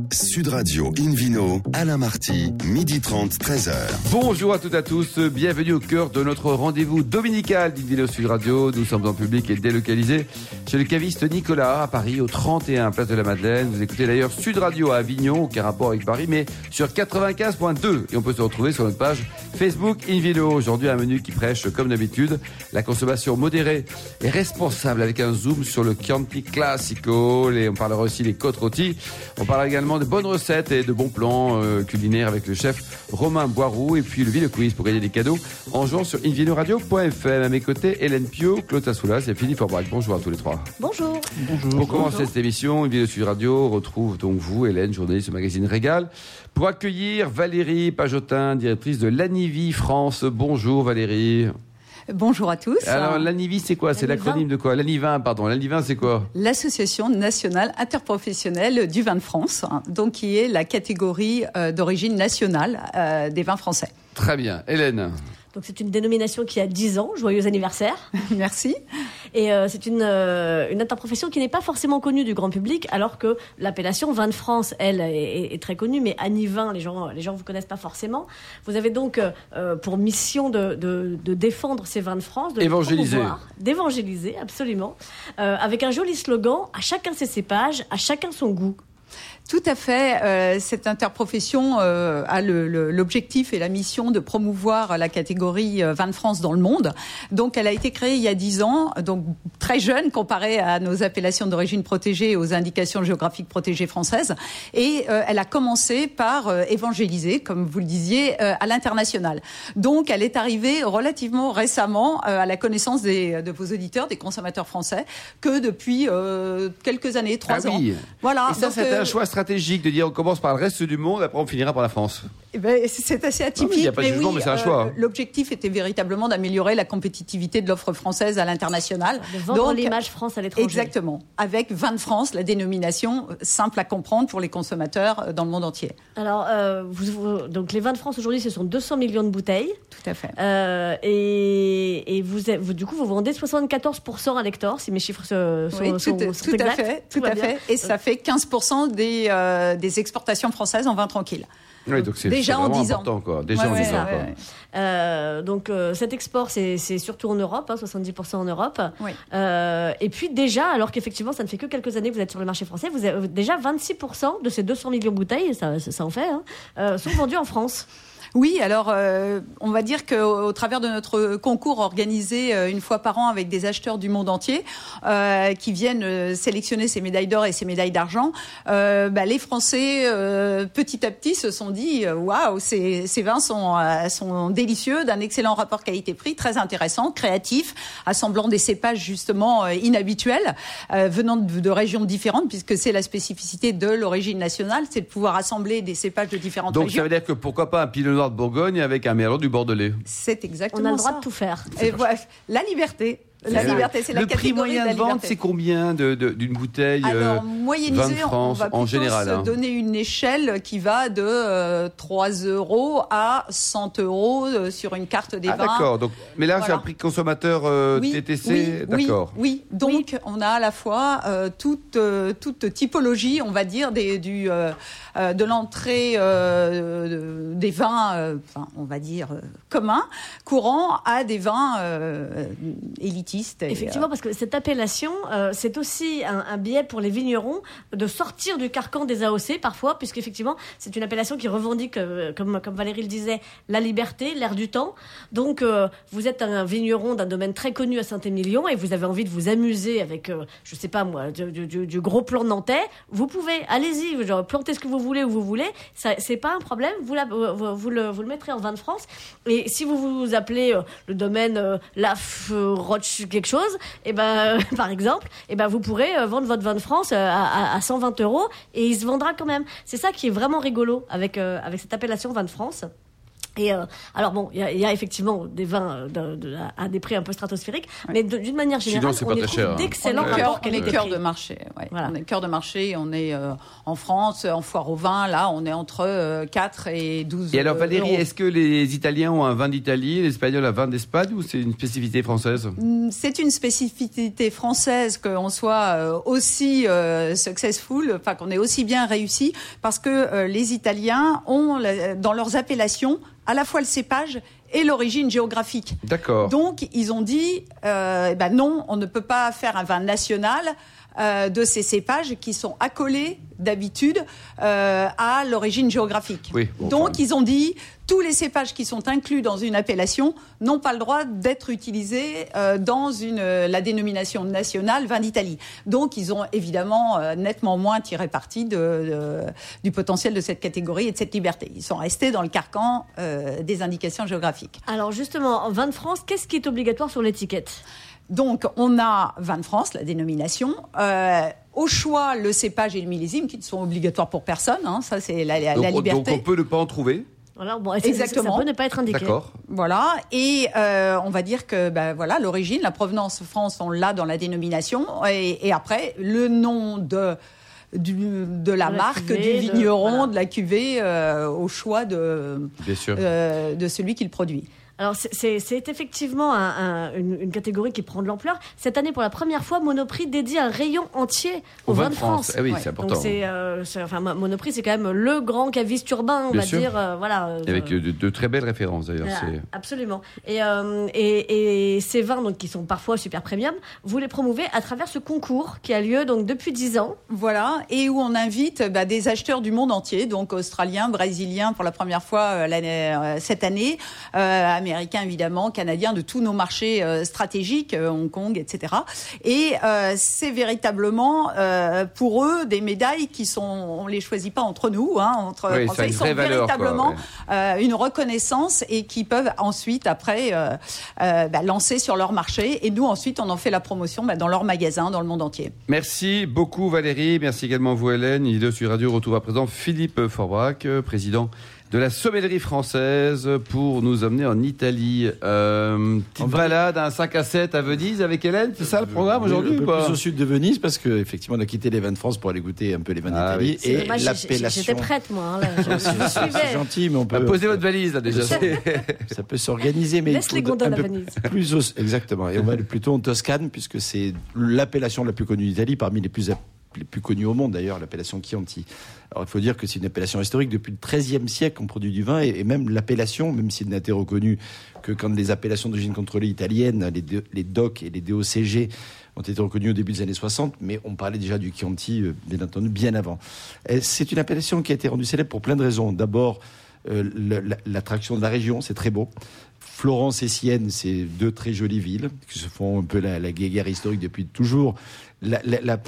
Sud Radio Invino, Alain Marty, 12h30, 13h. Bonjour à toutes et à tous, bienvenue au cœur de notre rendez-vous dominical d'Invino Sud Radio. Nous sommes en public et délocalisés chez le caviste Nicolas à Paris, au 31 Place de la Madeleine. Vous écoutez d'ailleurs Sud Radio à Avignon, aucun rapport avec Paris, mais sur 95.2. Et on peut se retrouver sur notre page Facebook Invino. Aujourd'hui, un menu qui prêche, comme d'habitude, la consommation modérée et responsable avec un zoom sur le Chianti Classico. Et on parlera aussi des côtes rôties. On parlera également de bonnes recettes et de bons plans culinaires avec le chef Romain Boiroux. Et puis le Ville Quiz pour gagner des cadeaux en jouant sur invinoradio.fm. À mes côtés, Hélène Pio, Claude Tassoulas et Philippe Forbrac. Bonjour à tous les trois. Bonjour. Bonjour. Pour commencer cette émission, Invino Sud Radio retrouve donc vous, Hélène, journaliste au magazine Régal, pour accueillir Valérie Pajotin, directrice de l'Anivie France. Bonjour Valérie. Bonjour à tous. Alors l'ANIVI c'est quoi? C'est l'acronyme de quoi? L'ANIVIN, pardon. L'ANIVIN c'est quoi? L'Association nationale interprofessionnelle du vin de France, donc qui est la catégorie d'origine nationale des vins français. Très bien. Hélène? Donc c'est une dénomination qui a 10 ans. Joyeux anniversaire. Merci. Et c'est une interprofession qui n'est pas forcément connue du grand public, alors que l'appellation vin de France, elle, est très connue, mais Anivin, les gens vous connaissent pas forcément. Vous avez donc pour mission de défendre ces vins de France, d'évangéliser, absolument, avec un joli slogan: à chacun ses cépages, à chacun son goût. Tout à fait. Cette interprofession a l'objectif et la mission de promouvoir la catégorie vin de France dans le monde. Donc, elle a été créée il y a 10 ans, donc très jeune comparée à nos appellations d'origine protégée et aux indications géographiques protégées françaises. Et elle a commencé par évangéliser, comme vous le disiez, à l'international. Donc, elle est arrivée relativement récemment à la connaissance de vos auditeurs, des consommateurs français, que depuis quelques années, 3 ans. Oui. Voilà. Et ça, donc, c'est un choix stratégique de dire on commence par le reste du monde, après on finira par la France. Eh ben, c'est assez atypique. Il n'y a pas de jugement, mais c'est un choix. L'objectif était véritablement d'améliorer la compétitivité de l'offre française à l'international. De vendre l'image France à l'étranger. Exactement. Avec Vin de France, la dénomination simple à comprendre pour les consommateurs dans le monde entier. Alors, donc les vins de France aujourd'hui, ce sont 200 millions de bouteilles. Tout à fait. Et du coup, vous vendez 74% à l'hectare, si mes chiffres sont exacts. Tout à fait. Et ça fait 15% des exportations françaises en vin tranquille. Oui, donc c'est déjà en 10 ans. Quoi. Déjà en 10 ans. Quoi. Donc cet export, c'est surtout en Europe, 70% en Europe. Oui. Et puis déjà, alors qu'effectivement, ça ne fait que quelques années que vous êtes sur le marché français, vous avez déjà 26% de ces 200 millions de bouteilles, ça en fait, sont vendues en France. Oui, alors on va dire qu'au travers de notre concours organisé une fois par an avec des acheteurs du monde entier qui viennent sélectionner ces médailles d'or et ces médailles d'argent, les Français petit à petit se sont dit waouh, ces vins sont délicieux, d'un excellent rapport qualité-prix, très intéressant, créatif, assemblant des cépages justement inhabituels venant de régions différentes, puisque c'est la spécificité de l'origine nationale, c'est de pouvoir assembler des cépages de différentes régions. Donc ça veut dire que pourquoi pas un Pinot Noir de Bourgogne avec un Merlot du Bordelais. C'est exactement ça. On a le droit de tout faire. Et voilà, la liberté. La liberté, c'est la catégorie de la liberté. Le prix moyen de vente, c'est combien d'une bouteille Alors, vin moyennisé, de France, on va plutôt se donner une échelle qui va de 3 € à 100 € sur une carte des vins. D'accord. Donc, mais là, c'est un prix consommateur TTC, d'accord. Oui. Donc, on a à la fois toute typologie, on va dire, de l'entrée des vins, on va dire communs, courants, à des vins élitistes. Effectivement, parce que cette appellation, c'est aussi un biais pour les vignerons de sortir du carcan des AOC parfois, puisqu'effectivement, c'est une appellation qui revendique, comme Valérie le disait, la liberté, l'air du temps. Donc, vous êtes un vigneron d'un domaine très connu à Saint-Émilion et vous avez envie de vous amuser avec, je sais pas moi, du gros plan nantais. Vous pouvez, allez-y, plantez ce que vous voulez où vous voulez. Ça, c'est pas un problème. Vous le mettrez en vin de France. Et si vous vous appelez le domaine Laf Roche quelque chose, par exemple, vous pourrez vendre votre vin de France à 120 € et il se vendra quand même. C'est ça qui est vraiment rigolo avec cette appellation vin de France. Et alors bon, il y a effectivement des vins à des prix un peu stratosphériques, mais d'une manière générale, c'est on pas y très trouve cher, d'excellents hein. rapports On est qualité-prix. cœur de marché. Ouais. Voilà. On est cœur de marché. On est en France, en foire au vin. Là, on est entre 4 et 12 Et alors Valérie, euros. est-ce que les Italiens ont un vin d'Italie, les Espagnols un vin d'Espagne, ou c'est une spécificité française? C'est une spécificité française qu'on soit aussi successful, enfin qu'on ait aussi bien réussi, parce que les Italiens ont dans leurs appellations à la fois le cépage et l'origine géographique. D'accord. Donc ils ont dit non, on ne peut pas faire un vin national de ces cépages qui sont accolés d'habitude à l'origine géographique. Oui, bon, Donc enfin. ils ont dit tous les cépages qui sont inclus dans une appellation n'ont pas le droit d'être utilisés dans la dénomination nationale vin d'Italie. Donc ils ont évidemment nettement moins tiré parti du potentiel de cette catégorie et de cette liberté. Ils sont restés dans le carcan des indications géographiques. Alors justement, en vin de France, qu'est-ce qui est obligatoire sur l'étiquette? Donc, on a vin de France, la dénomination. Au choix, le cépage et le millésime, qui ne sont obligatoires pour personne. Hein, ça, c'est la liberté. Donc on peut ne pas en trouver. Voilà, bon, Exactement. Ça peut ne pas être indiqué. D'accord. Voilà. Et on va dire que l'origine, la provenance France, on l'a dans la dénomination. Et après, le nom de la marque, cuvée, du vigneron, voilà. de la cuvée, au choix de celui qui le produit. Alors c'est effectivement une catégorie qui prend de l'ampleur. Cette année, pour la première fois, Monoprix dédie un rayon entier au vin de France. Ah oui, Ouais. c'est important. Donc Monoprix, c'est quand même le grand caviste urbain, on Bien va sûr. dire. Avec de très belles références d'ailleurs. Voilà, absolument. Et ces vins donc qui sont parfois super premium, vous les promouvez à travers ce concours qui a lieu donc depuis 10 ans. Voilà, et où on invite des acheteurs du monde entier, donc australiens, brésiliens pour la première fois cette année, américains évidemment, canadiens, de tous nos marchés stratégiques, Hong Kong, etc. Et c'est véritablement pour eux des médailles qui sont, on les choisit pas entre nous, entre Oui, Français, ça a une ils sont vraie valeur, véritablement quoi, une reconnaissance et qui peuvent ensuite après lancer sur leur marché. Et nous ensuite on en fait la promotion dans leurs magasins dans le monde entier. Merci beaucoup Valérie, merci également vous Hélène. Idée sur Radio retrouve à présent Philippe Forbrac, président de la sommellerie française, pour nous emmener en Italie. Petite balade, un 5 à 7 à Venise avec Hélène, c'est ça le programme aujourd'hui un ou peu pas? plus au sud de Venise, parce qu'effectivement on a quitté les vins de France pour aller goûter un peu les vins d'Italie. oui. Et l'appellation. J'étais prête moi, là. Je C'est suivais. gentil, mais on peut... Posez votre valise là déjà. Ça peut s'organiser, mais Laisse les gondoles à Venise. Exactement. Et on va aller plutôt en Toscane, puisque c'est l'appellation la plus connue d'Italie, parmi les plus connues au monde d'ailleurs, l'appellation Chianti. Alors il faut dire que c'est une appellation historique. Depuis le XIIIe siècle, on produit du vin, et même l'appellation, même s'il n'a été reconnu que quand les appellations d'origine contrôlée italiennes, les DOC et les DOCG, ont été reconnus au début des années 60, mais on parlait déjà du Chianti, bien entendu, bien avant. C'est une appellation qui a été rendue célèbre pour plein de raisons. D'abord, l'attraction de la région, c'est très beau. Florence et Sienne, c'est deux très jolies villes qui se font un peu la guéguerre historique depuis toujours. La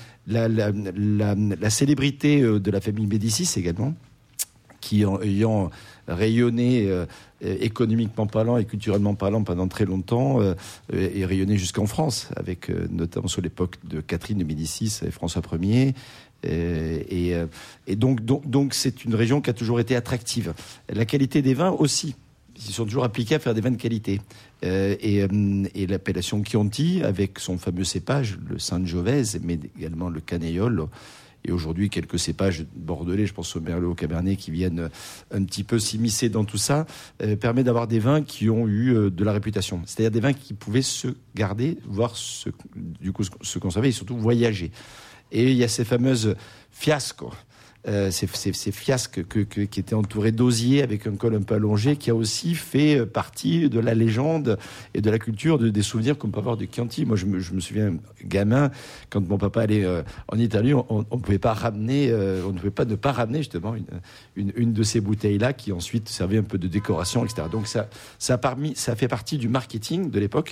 célébrité de la famille Médicis également, qui ayant rayonné économiquement parlant et culturellement parlant pendant très longtemps, et rayonné jusqu'en France, avec notamment sur l'époque de Catherine de Médicis et François Ier. Et donc c'est une région qui a toujours été attractive. La qualité des vins aussi. Ils sont toujours appliqués à faire des vins de qualité. Et l'appellation Chianti, avec son fameux cépage, le Sangiovese, mais également le Canaiolo, et aujourd'hui quelques cépages bordelais, je pense au Merlot, au Cabernet, qui viennent un petit peu s'immiscer dans tout ça, permet d'avoir des vins qui ont eu de la réputation. C'est-à-dire des vins qui pouvaient se garder, voire se conserver et surtout voyager. Et il y a ces fameuses fiascos. Ces fiasques qui étaient entourés d'osiers avec un col un peu allongé, qui a aussi fait partie de la légende et de la culture des souvenirs qu'on peut avoir de Chianti. Moi, je me souviens, gamin, quand mon papa allait en Italie, on ne pouvait pas ramener, on ne pouvait pas ne pas ramener justement une de ces bouteilles-là qui ensuite servait un peu de décoration, etc. Donc ça a fait partie du marketing de l'époque.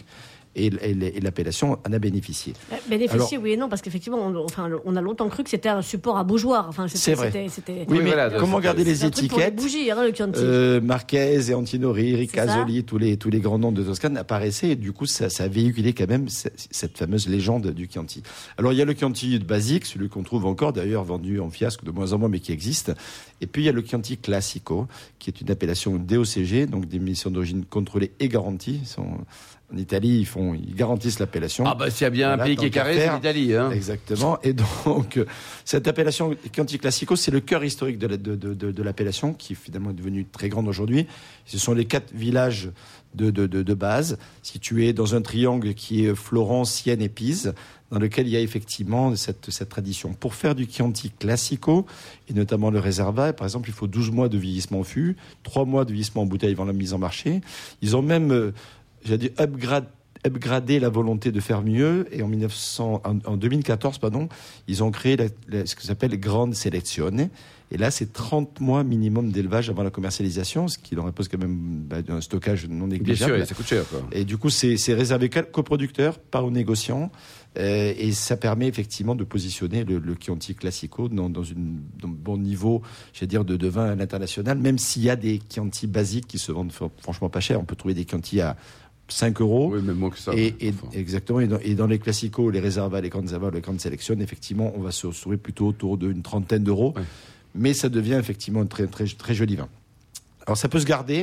et l'appellation en a bénéficié. Bénéficier, oui et non, parce qu'effectivement, on a longtemps cru que c'était un support à bougeoir. C'est vrai. C'était... Oui, mais voilà, comment garder les étiquettes pour les bougies, le Chianti. Marquez et Antinori, Ricasoli, tous les grands noms de Toscane apparaissaient, et du coup, ça a véhiculé quand même cette fameuse légende du Chianti. Alors, il y a le Chianti basique, celui qu'on trouve encore, d'ailleurs, vendu en fiasque de moins en moins, mais qui existe. Et puis, il y a le Chianti Classico, qui est une appellation DOCG, donc d'émission d'origine contrôlée et garantie. En Italie, ils garantissent l'appellation. Ah bah s'il y a bien un pays qui est carré, c'est l'Italie. Hein. Exactement. Et donc, cette appellation Chianti Classico, c'est le cœur historique de l'appellation, qui finalement est devenue très grande aujourd'hui. Ce sont les 4 villages de base, situés dans un triangle qui est Florence, Sienne et Pise, dans lequel il y a effectivement cette tradition. Pour faire du Chianti Classico, et notamment le Reserva, par exemple, il faut 12 mois de vieillissement en fût, 3 mois de vieillissement en bouteille avant la mise en marché. Ils ont même... j'ai dit upgrader la volonté de faire mieux, et en 2014, ils ont créé ce que s'appelle Grande Selezione, et là c'est 30 mois minimum d'élevage avant la commercialisation, ce qui leur impose quand même un stockage non négligeable. Bien sûr, ça coûte cher, quoi. Et du coup c'est réservé qu'aux producteurs, pas aux négociants, et ça permet effectivement de positionner le Chianti Classico dans un bon niveau, de vin à l'international, même s'il y a des Chianti basiques qui se vendent franchement pas cher. On peut trouver des Chianti à 5 euros. Oui, même moins que ça. Exactement. Et dans les classicos, les Reserva, les Grandes Sélection, effectivement, on va se retrouver plutôt autour d'une 30aine d'euros. Ouais. Mais ça devient effectivement un très, très, très joli vin. Alors, ça peut se garder.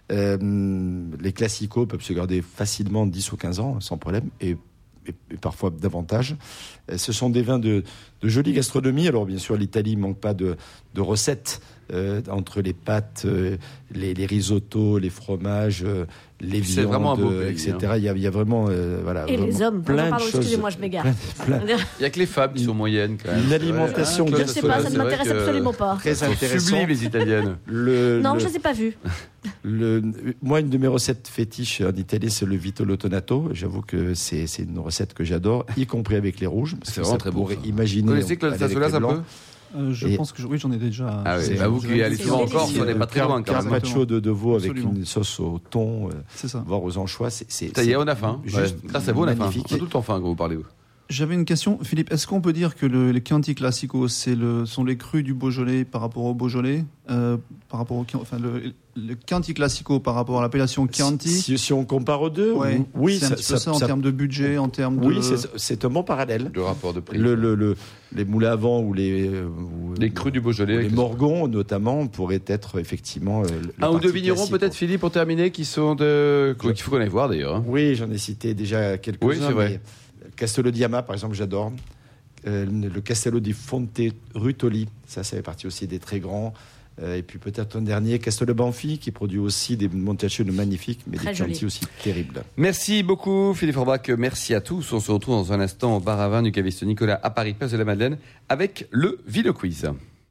Les classicos peuvent se garder facilement 10 ou 15 ans, sans problème. Et parfois davantage. Ce sont des vins de jolie gastronomie. Alors, bien sûr, l'Italie ne manque pas de recettes entre les pâtes, les risottos, les fromages, les viandes, c'est vraiment un beau pays, etc. Il y a vraiment, voilà. Et vraiment les hommes, plein de choses. Excusez-moi, je m'égare. Il n'y a que les femmes qui sont moyennes, quand même. Une alimentation je ne sais pas, ça ne m'intéresse absolument pas. Très intéressant. Sublime, les Italiennes. Non, je ne les ai pas vues. Moi, une de mes recettes fétiches en Italie, c'est le Vitolo Tonato. J'avoue que c'est une recette que j'adore, y compris avec les rouges. C'est vraiment très beau. Imaginer. Vous connaissez Claude Sassolas un peu? Je pense que oui, j'en ai déjà. Ah oui, vous qui allez souvent en Corse, on n'est pas très loin quand même. Carpaccio de veau avec une sauce au thon, voire aux anchois. Ça y est, on a faim. Ça, c'est beau, on a faim. On a tout le temps faim quand vous parlez. J'avais une question, Philippe. Est-ce qu'on peut dire que les Chianti Classico, sont les crus du Beaujolais par rapport au Beaujolais, par rapport le Chianti Classico par rapport à l'appellation Chianti? Si on compare aux deux, oui, c'est un petit peu ça en termes de budget, en termes de. Oui, c'est un bon parallèle. Le rapport de prix. Les moulins à vent ou les crus du Beaujolais, les Morgons notamment pourraient être effectivement. Un ou deux vignerons peut-être, Philippe, pour terminer, qu'il faut qu'on aille voir d'ailleurs. Oui, j'en ai cité déjà quelques-uns. Oui, c'est vrai. Castello di Ama, par exemple, j'adore. Le Castello di Fonte Rutoli, ça fait partie aussi des très grands. Et puis peut-être un dernier, Castello Banfi, qui produit aussi des Montalcino magnifiques, mais des Chianti aussi terribles. Merci beaucoup Philippe Forbach, merci à tous. On se retrouve dans un instant au bar à vin du caviste Nicolas à Paris, place de la Madeleine, avec le Vino Quiz.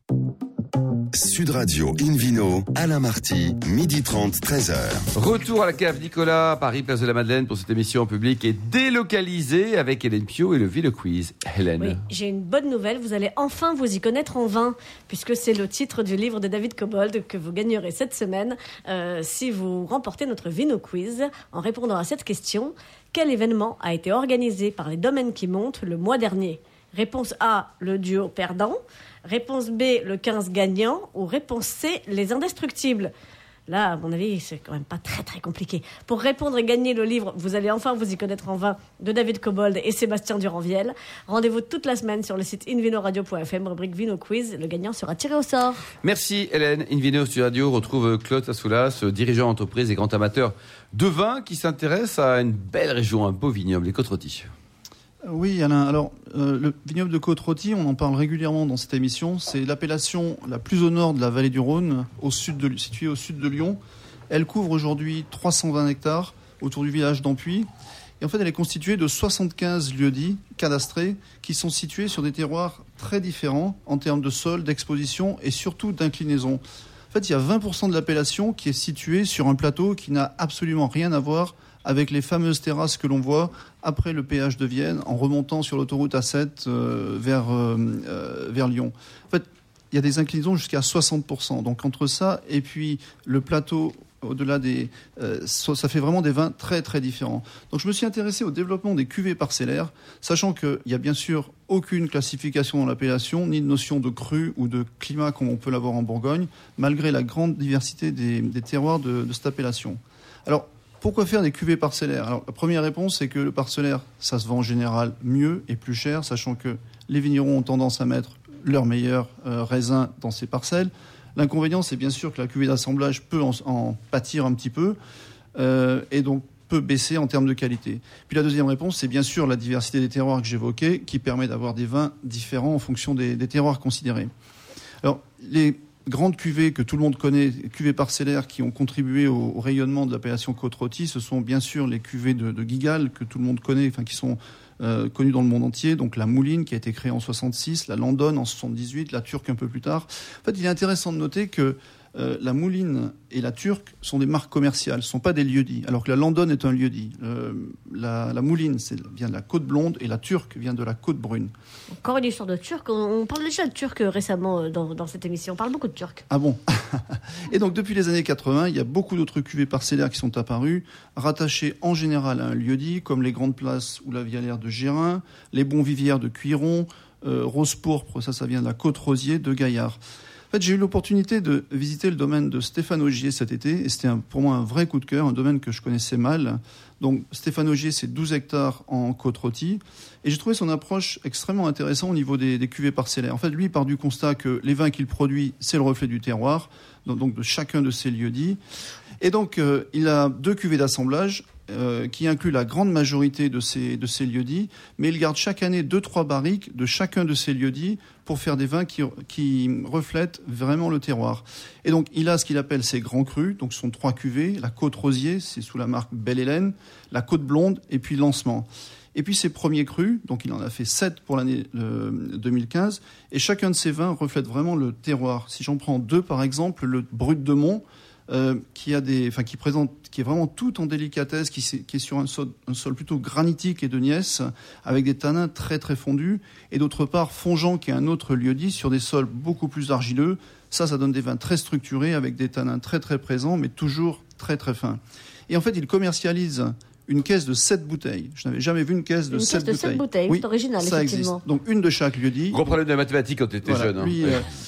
Sud Radio Invino, Alain Marty, 12h30, 13h. Retour à la cave Nicolas, à Paris, place de la Madeleine, pour cette émission en public et délocalisée avec Hélène Pio et le Vino Quiz. Hélène. Oui, j'ai une bonne nouvelle, vous allez enfin vous y connaître en vin, puisque c'est le titre du livre de David Cobold que vous gagnerez cette semaine si vous remportez notre Vino Quiz en répondant à cette question. Quel événement a été organisé par les Domaines qui montent le mois dernier? Réponse A, le duo perdant. Réponse B, le 15 gagnant. Ou réponse C, les indestructibles. Là, à mon avis, c'est quand même pas très très compliqué. Pour répondre et gagner le livre, vous allez enfin vous y connaître en vin de David Cobold et Sébastien Duranviel. Rendez-vous toute la semaine sur le site invinoradio.fm, rubrique Vino Quiz. Le gagnant sera tiré au sort. Merci Hélène. Invino Studio Radio retrouve Claude Sassoulas, dirigeant d'entreprise et grand amateur de vin qui s'intéresse à une belle région, un beau vignoble, les Côtes-Rôties. Oui, Alain. Alors, le vignoble de Côtes-Rôties, on en parle régulièrement dans cette émission. C'est l'appellation la plus au nord de la vallée du Rhône, située au sud de Lyon. Elle couvre aujourd'hui 320 hectares autour du village d'Ampuis. Et en fait, elle est constituée de 75 lieux-dits cadastrés qui sont situés sur des terroirs très différents en termes de sol, d'exposition et surtout d'inclinaison. En fait, il y a 20% de l'appellation qui est située sur un plateau qui n'a absolument rien à voir avec les fameuses terrasses que l'on voit après le péage de Vienne, en remontant sur l'autoroute A7 vers Lyon. En fait, il y a des inclinaisons jusqu'à 60%. Donc entre ça et puis le plateau au-delà des, ça fait vraiment des vins très très différents. Donc je me suis intéressé au développement des cuvées parcellaires, sachant qu'il n'y a bien sûr aucune classification dans l'appellation, ni de notion de cru ou de climat comme on peut l'avoir en Bourgogne, malgré la grande diversité des terroirs de cette appellation. Alors, pourquoi faire des cuvées parcellaires ? Alors, la première réponse, c'est que le parcellaire, ça se vend en général mieux et plus cher, sachant que les vignerons ont tendance à mettre leurs meilleurs raisins dans ces parcelles. L'inconvénient, c'est bien sûr que la cuvée d'assemblage peut en pâtir un petit peu et donc peut baisser en termes de qualité. Puis la deuxième réponse, c'est bien sûr la diversité des terroirs que j'évoquais, qui permet d'avoir des vins différents en fonction des terroirs considérés. Alors, les grandes cuvées que tout le monde connaît, cuvées parcellaires qui ont contribué au rayonnement de l'appellation Côte-Rôtie, ce sont bien sûr les cuvées de Guigal que tout le monde connaît, enfin qui sont connues dans le monde entier. Donc la Mouline qui a été créée en 66, la Landonne en 78, la Turque un peu plus tard. En fait, il est intéressant de noter que la Mouline et la Turque sont des marques commerciales, ce ne sont pas des lieux-dits, alors que la Landonne est un lieu-dit. La Mouline vient de la côte blonde et la Turque vient de la côte brune. Encore une histoire de Turc. On parle déjà de Turc récemment dans cette émission. On parle beaucoup de Turc. Ah bon. Et donc depuis les années 80, il y a beaucoup d'autres cuvées parcellaires qui sont apparues, rattachées en général à un lieu-dit, comme les Grandes Places ou la Vialaire de Gérin, les Bons Vivières de Cuiron, Rose Pourpre, ça vient de la Côte Rosier de Gaillard. En fait, j'ai eu l'opportunité de visiter le domaine de Stéphane Augier cet été, et c'était pour moi un vrai coup de cœur, un domaine que je connaissais mal. Donc Stéphane Augier, c'est 12 hectares en Côte-Rôtie, et j'ai trouvé son approche extrêmement intéressante au niveau des cuvées parcellaires. En fait, lui, il part du constat que les vins qu'il produit, c'est le reflet du terroir, donc de chacun de ses lieux-dits. Et donc, il a 2 cuvées d'assemblage, qui inclut la grande majorité de ces lieux-dits, mais il garde chaque année 2-3 barriques de chacun de ces lieux-dits pour faire des vins qui reflètent vraiment le terroir. Et donc, il a ce qu'il appelle ses grands crus, donc ce sont 3 cuvées. La Côte Rosier, c'est sous la marque Belle Hélène, la Côte Blonde et puis Lancement. Et puis ses premiers crus, donc il en a fait 7 pour l'année 2015, et chacun de ces vins reflète vraiment le terroir. Si j'en prends 2 par exemple, le Brut de Mont, qui est vraiment tout en délicatesse, qui est sur un sol plutôt granitique et de gneiss, avec des tanins très très fondus, et d'autre part Fongeant, qui est un autre lieu-dit, sur des sols beaucoup plus argileux. Ça donne des vins très structurés, avec des tanins très très présents, mais toujours très très fins. Et en fait, il commercialise une caisse de 7 bouteilles. Je n'avais jamais vu une caisse de 7 bouteilles. Une caisse de 7 bouteilles, oui, c'est original, ça effectivement. Existe. Donc une de chaque lieu-dit. Gros problème de mathématiques quand tu étais jeune. Lui,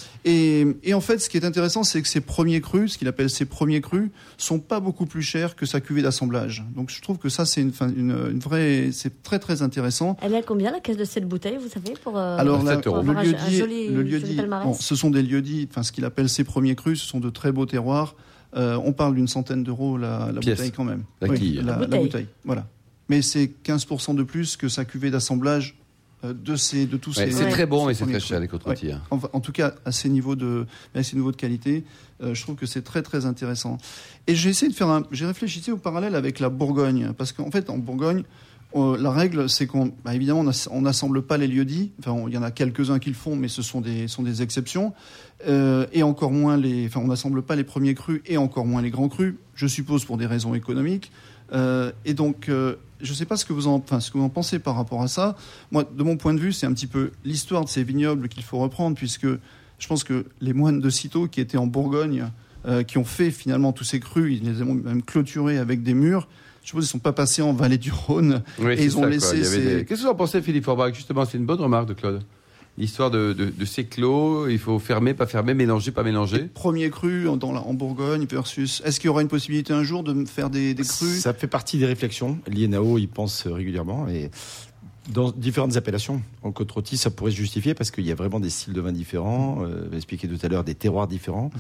et en fait, ce qui est intéressant, c'est que ses premiers crus, ce qu'il appelle ses premiers crus, sont pas beaucoup plus chers que sa cuvée d'assemblage. Donc je trouve que ça, c'est une vraie, c'est très très intéressant. Elle est à combien la caisse de 7 bouteilles, vous savez, pour Alors là, pour le lieu-dit, ce sont des lieux-dits, ce qu'il appelle ses premiers crus, ce sont de très beaux terroirs. On parle d'une centaine d'euros la bouteille quand même. La quille. La bouteille, voilà. Mais c'est 15% de plus que sa cuvée d'assemblage de tous ces. C'est très bon, mais c'est très cher les Côte-Rôties. En tout cas, à ces niveaux de qualité, je trouve que c'est très très intéressant. Et j'ai essayé de j'ai réfléchi au parallèle avec la Bourgogne, parce qu'en fait, en Bourgogne, la règle, c'est évidemment, on n'assemble pas les lieux-dits. Enfin, il y en a quelques-uns qui le font, mais ce sont des exceptions. Et encore moins on n'assemble pas les premiers crus et encore moins les grands crus. Je suppose pour des raisons économiques. Et donc, je ne sais pas ce que vous en pensez par rapport à ça. Moi, de mon point de vue, c'est un petit peu l'histoire de ces vignobles qu'il faut reprendre, puisque je pense que les moines de Cîteaux qui étaient en Bourgogne, qui ont fait finalement tous ces crus, ils les ont même clôturés avec des murs. Je suppose qu'ils ne sont pas passés en vallée du Rhône. Oui, et ils ont laissé. Qu'est-ce que vous en pensez, Philippe Forbach ? Justement, c'est une bonne remarque de Claude. L'histoire de ces clos, il faut fermer, pas fermer, mélanger, pas mélanger. Premier cru en Bourgogne versus... Est-ce qu'il y aura une possibilité un jour de faire des crus ? Ça fait partie des réflexions. L'INAO y pense régulièrement. Et dans différentes appellations, en Côte-Rôtie, ça pourrait se justifier parce qu'il y a vraiment des styles de vin différents. J'ai expliqué tout à l'heure des terroirs différents.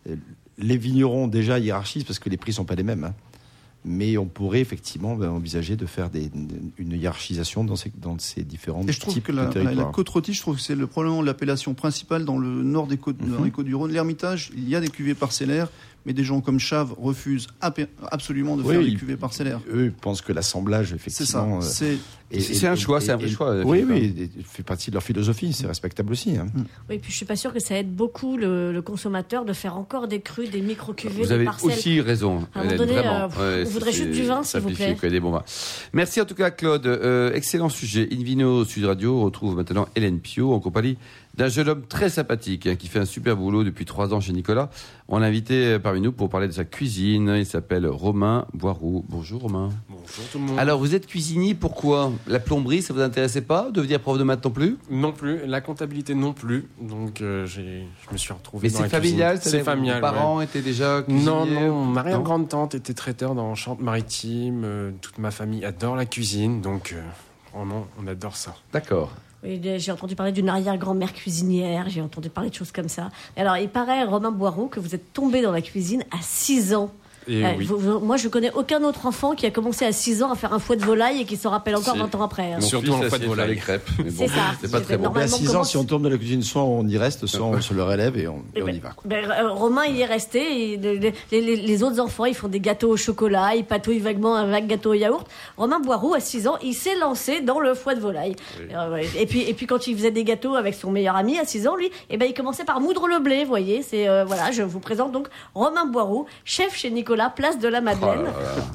Les vignerons déjà hiérarchisent parce que les prix ne sont pas les mêmes. Mais on pourrait effectivement envisager de faire une hiérarchisation dans ces différents types de territoires. Et je trouve que la Côte-Rôtie, je trouve que c'est probablement l'appellation principale dans le nord des Côtes, dans les Côtes-du-Rhône. L'Hermitage, il y a des cuvées parcellaires, mais des gens comme Chave refusent absolument de faire des cuvées parcellaires. Eux pensent que l'assemblage, effectivement... C'est ça. C'est un choix, c'est un vrai choix. Oui, il fait partie de leur philosophie, c'est respectable aussi. Oui, puis je suis pas sûr que ça aide beaucoup le consommateur de faire encore des crus, des micro-cuvées, Vous avez des parcelles. aussi raison. À un moment donné, vraiment. on voudrait juste du vin, s'il vous plaît. Des bons vins. Merci en tout cas, Claude. Excellent sujet. Invino Sud Radio retrouve maintenant Hélène Pio en compagnie d'un jeune homme très sympathique qui fait un super boulot depuis 3 ans chez Nicolas. On l'a invité parmi nous pour parler de sa cuisine. Il s'appelle Romain Boiroux. Bonjour Romain. Bonjour tout le monde. Alors vous êtes cuisinier, pourquoi ? La plomberie, ça vous intéressait pas ? Devenir prof de maths non plus ? Non plus, la comptabilité non plus. Donc je me suis retrouvé Mais dans c'est la familial, cuisine. C'est familial. Vos parents étaient déjà cuisiniers ? Non, ma arrière-grande-tante était traiteur dans Charente-Maritime. Toute ma famille adore la cuisine, donc vraiment, on adore ça. D'accord. Oui, j'ai entendu parler d'une arrière-grand-mère cuisinière, j'ai entendu parler de choses comme ça. Et alors, il paraît, Romain Boiroux, que vous êtes tombé dans la cuisine à 6 ans. Et oui. Moi, je connais aucun autre enfant qui a commencé à 6 ans à faire un fouet de volaille et qui s'en rappelle encore 20 ans après. Mon Surtout fils en fait de essayait de faire volaille. les crêpes. Mais C'est bon, ça. c'est pas très bon. Normalement, À 6 ans, comment- si on tombe dans la cuisine, soit on y reste, soit on se le relève et on y va. Quoi. Romain, il y est resté. Et les autres enfants, ils font des gâteaux au chocolat, ils patouillent vaguement un vague gâteau au yaourt. Romain Boiroux, à 6 ans, il s'est lancé dans le fouet de volaille. Et puis, quand il faisait des gâteaux avec son meilleur ami, à 6 ans, lui, il commençait par moudre le blé, vous voyez. Voilà, je vous présente donc Romain Boiroux, chef chez Nicolas, place de la Madeleine.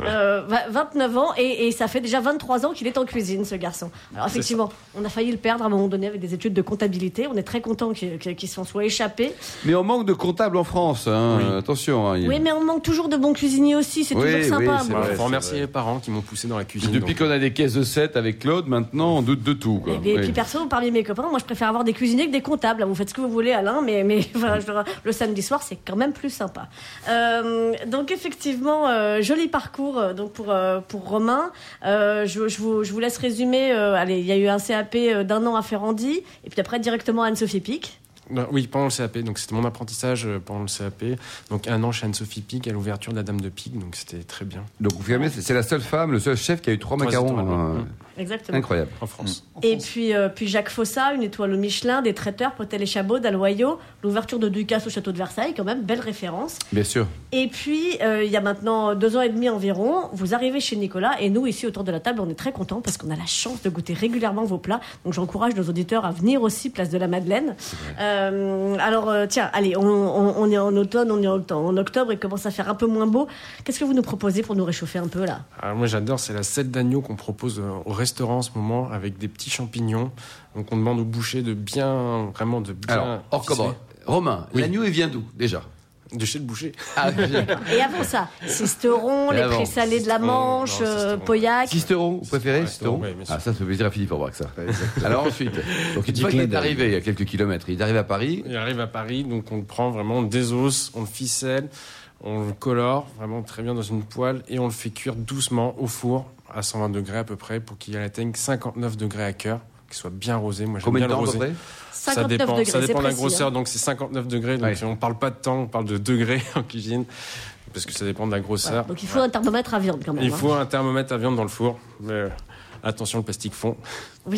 29 ans et ça fait déjà 23 ans qu'il est en cuisine, ce garçon. Alors effectivement, on a failli le perdre à un moment donné avec des études de comptabilité. On est très content qu'il s'en soit échappé. Mais on manque de comptables en France. Hein. Oui. Attention. Hein, Oui, mais on manque toujours de bons cuisiniers aussi. C'est toujours sympa. c'est Il vrai, faut remercier les parents qui m'ont poussé dans la cuisine. Depuis qu'on a des caisses de 7 avec Claude, maintenant on doute de tout. Quoi. Et puis perso, parmi mes copains, moi je préfère avoir des cuisiniers que des comptables. Là, vous faites ce que vous voulez, Alain, mais enfin, le samedi soir c'est quand même plus sympa. Donc effectivement, joli parcours donc pour Romain. Je vous laisse résumer. Allez, il y a eu un CAP d'1 an à Ferrandi et puis après directement à Anne-Sophie Pic. Oui, pendant le CAP, donc c'était mon apprentissage pendant le CAP. Donc 1 an chez Anne-Sophie Pic à l'ouverture de la Dame de Pic, donc c'était très bien. Donc vous confirmez, c'est la seule femme, le seul chef qui a eu 3 macarons. étoiles, Exactement. Incroyable. En France. Et puis Jacques Fossa, une étoile au Michelin, des traiteurs, Potel et Chabot, d'Aloyau, l'ouverture de Ducasse au château de Versailles, quand même, belle référence. Bien sûr. Et puis, il y a maintenant 2 ans et demi environ, vous arrivez chez Nicolas, et nous, ici, autour de la table, on est très contents parce qu'on a la chance de goûter régulièrement vos plats. Donc, j'encourage nos auditeurs à venir aussi, place de la Madeleine. Alors, tiens, allez, on est en automne, on est en octobre, il commence à faire un peu moins beau. Qu'est-ce que vous nous proposez pour nous réchauffer un peu, là ? Alors moi j'adore, c'est la selle d'agneau qu'on propose au restaurant en ce moment avec des petits champignons. Donc on demande au boucher de bien, vraiment de bien. Alors, hors ficeler. comment Romain, Oui. l'agneau, il vient d'où déjà ? De chez le boucher. Et avant ça, Sisteron, Et les avant, prés salés de la Sisteron, Manche, non, Sisteron. Pauillac. Sisteron, vous préférez Ouais, Sisteron oui, bien sûr. Ah, ça fait plaisir à Philippe Aubrac, ça. Alors ensuite, donc une Petit fois qu'il clin est d'œil. arrivé il y a quelques kilomètres, il est arrivé à Paris. Il arrive à Paris, donc on le prend vraiment des os, on le ficelle, on le colore vraiment très bien dans une poêle et on le fait cuire doucement au four à 120 degrés à peu près pour qu'il atteigne 59 degrés à cœur, qu'il soit bien rosé. Moi j'aime Combien bien de le temps à peu rosé. près 59 ça degrés, dépend c'est de la précis, grosseur, hein. donc c'est 59 degrés. Donc Ouais. on parle pas de temps, on parle de degrés en cuisine parce que ça dépend de la grosseur. Donc il faut un thermomètre à viande quand même. Il hein. faut un thermomètre à viande dans le four. Mais attention, le plastique fond. Oui.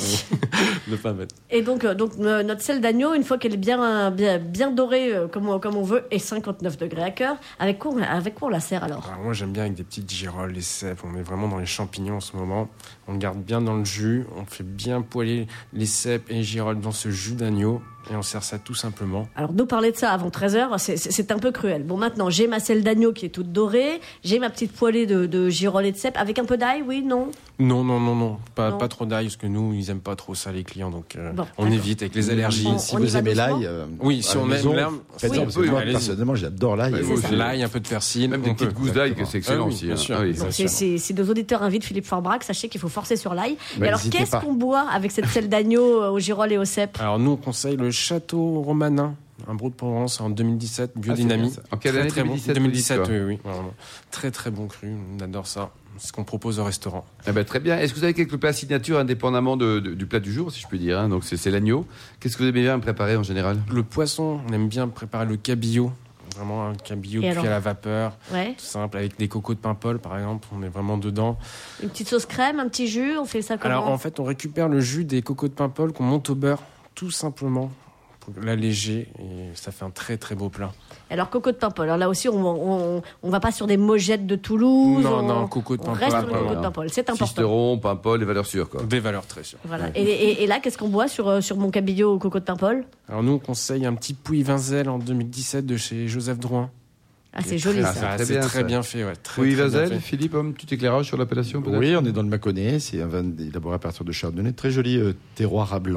Ne pas mettre. Et donc notre selle d'agneau, une fois qu'elle est bien dorée comme on veut, et 59 degrés à cœur, avec quoi on la sert alors ? Alors moi j'aime bien avec des petites girolles, les cèpes. On est vraiment dans les champignons en ce moment. On le garde bien dans le jus. On fait bien poêler les cèpes et les girolles dans ce jus d'agneau. Et on sert ça tout simplement. Alors nous parler de ça avant 13h, c'est un peu cruel. Bon, maintenant j'ai ma selle d'agneau qui est toute dorée, j'ai ma petite poêlée de girolles et de cèpes, avec un peu d'ail, oui, non ? Non. Pas trop d'ail, parce que nous, ils aiment pas trop ça, les clients. Donc Bon, on d'accord. évite avec les allergies. On Si y vous va aimez doucement l'ail, Oui, si à la on aime maison, l'herbe, faites-en, oui, parce que moi, allez-y. personnellement, j'adore l'ail. Oui, aussi. L'ail, un peu de persil. Même des on petites peut. gousses d'ail, que c'est excellent Ah oui, aussi. bien hein. sûr. Ah oui. Donc, Bien sûr. si nos auditeurs invitent Philippe Forbrac, sachez qu'il faut forcer sur l'ail. Bah, Et alors n'hésitez qu'est-ce pas. qu'on boit avec cette selle d'agneau aux girolles et aux cèpes ? Alors nous, on conseille le Château Romanin, un brut de Provence en 2017, biodynamie. Ah, c'est bien ça. En quelle année, Très bon. 2017, 2017, vous dites, oui, vraiment. Très très bon cru, on adore ça. C'est ce qu'on propose au restaurant. Eh ben, très bien. Est-ce que vous avez quelques plats signature indépendamment du plat du jour, si je puis dire hein. Donc c'est l'agneau. Qu'est-ce que vous aimez bien préparer en général ? Le poisson, on aime bien préparer le cabillaud. Vraiment un cabillaud Et cuit alors à la vapeur, Ouais. tout simple, avec des cocos de Paimpol par exemple, on est vraiment dedans. Une petite sauce crème, un petit jus, on fait ça comment ? Alors en fait, on récupère le jus des cocos de Paimpol qu'on monte au beurre, tout simplement, pour l'alléger, et ça fait un très très beau plat. Alors coco de Paimpol. Alors là aussi, on va pas sur des mojettes de Toulouse. Non, coco de On Paimpol. reste sur le coco de Voilà. Paimpol. C'est important. Sisteron, Paimpol, les valeurs sûres quoi. Des valeurs très sûres. Voilà. Et là, qu'est-ce qu'on boit sur mon cabillaud au coco de Paimpol ? Alors nous, on conseille un petit Pouilly Vinzel en 2017 de chez Joseph Drouin. Ah, c'est joli très- ça. très C'est bien, très ça. bien fait, ouais. Très, Oui, très bien Vazel, fait. Philippe, un petit éclairage sur l'appellation peut-être ? Oui, on est dans le Mâconnais. C'est un vin élaboré à partir de Chardonnay. Très joli terroir à blanc.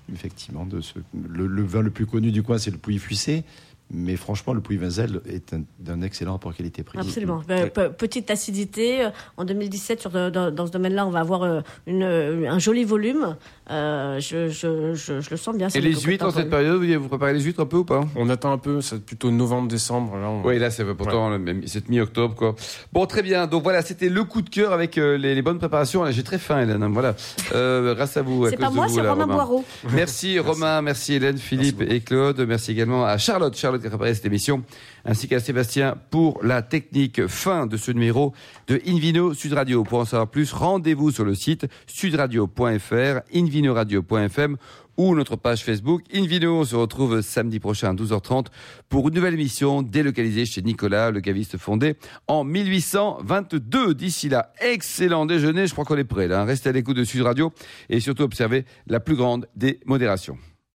effectivement. Le vin le plus connu du coin, c'est le Pouilly-Fuissé. Mais franchement, le Pouilly-Vinzel est d'un excellent rapport qualité-prix. Absolument. Petite acidité. En 2017, dans ce domaine-là, on va avoir un joli volume. Je le sens bien. Et les huîtres, en cette période, vous préparez les huîtres un peu ou pas? On attend un peu, c'est plutôt novembre-décembre. Oui, là, c'est pourtant cette mi-octobre, quoi. Bon, très bien. Donc voilà, c'était le coup de cœur avec les bonnes préparations. Là, j'ai très faim, Hélène. Voilà. Grâce à vous. C'est pas moi, c'est Romain Boireau. Merci Romain, merci Hélène, Philippe et Claude. Merci également à Charlotte qui a préparé cette émission, ainsi qu'à Sébastien pour la technique. Fin de ce numéro de Invino Sud Radio. Pour en savoir plus, rendez-vous sur le site sudradio.fr, invinoradio.fm ou notre page Facebook Invino. On se retrouve samedi prochain à 12h30 pour une nouvelle émission délocalisée chez Nicolas, le caviste fondé en 1822. D'ici là, excellent déjeuner. Je crois qu'on est prêt là. Restez à l'écoute de Sud Radio et surtout observez la plus grande des modérations.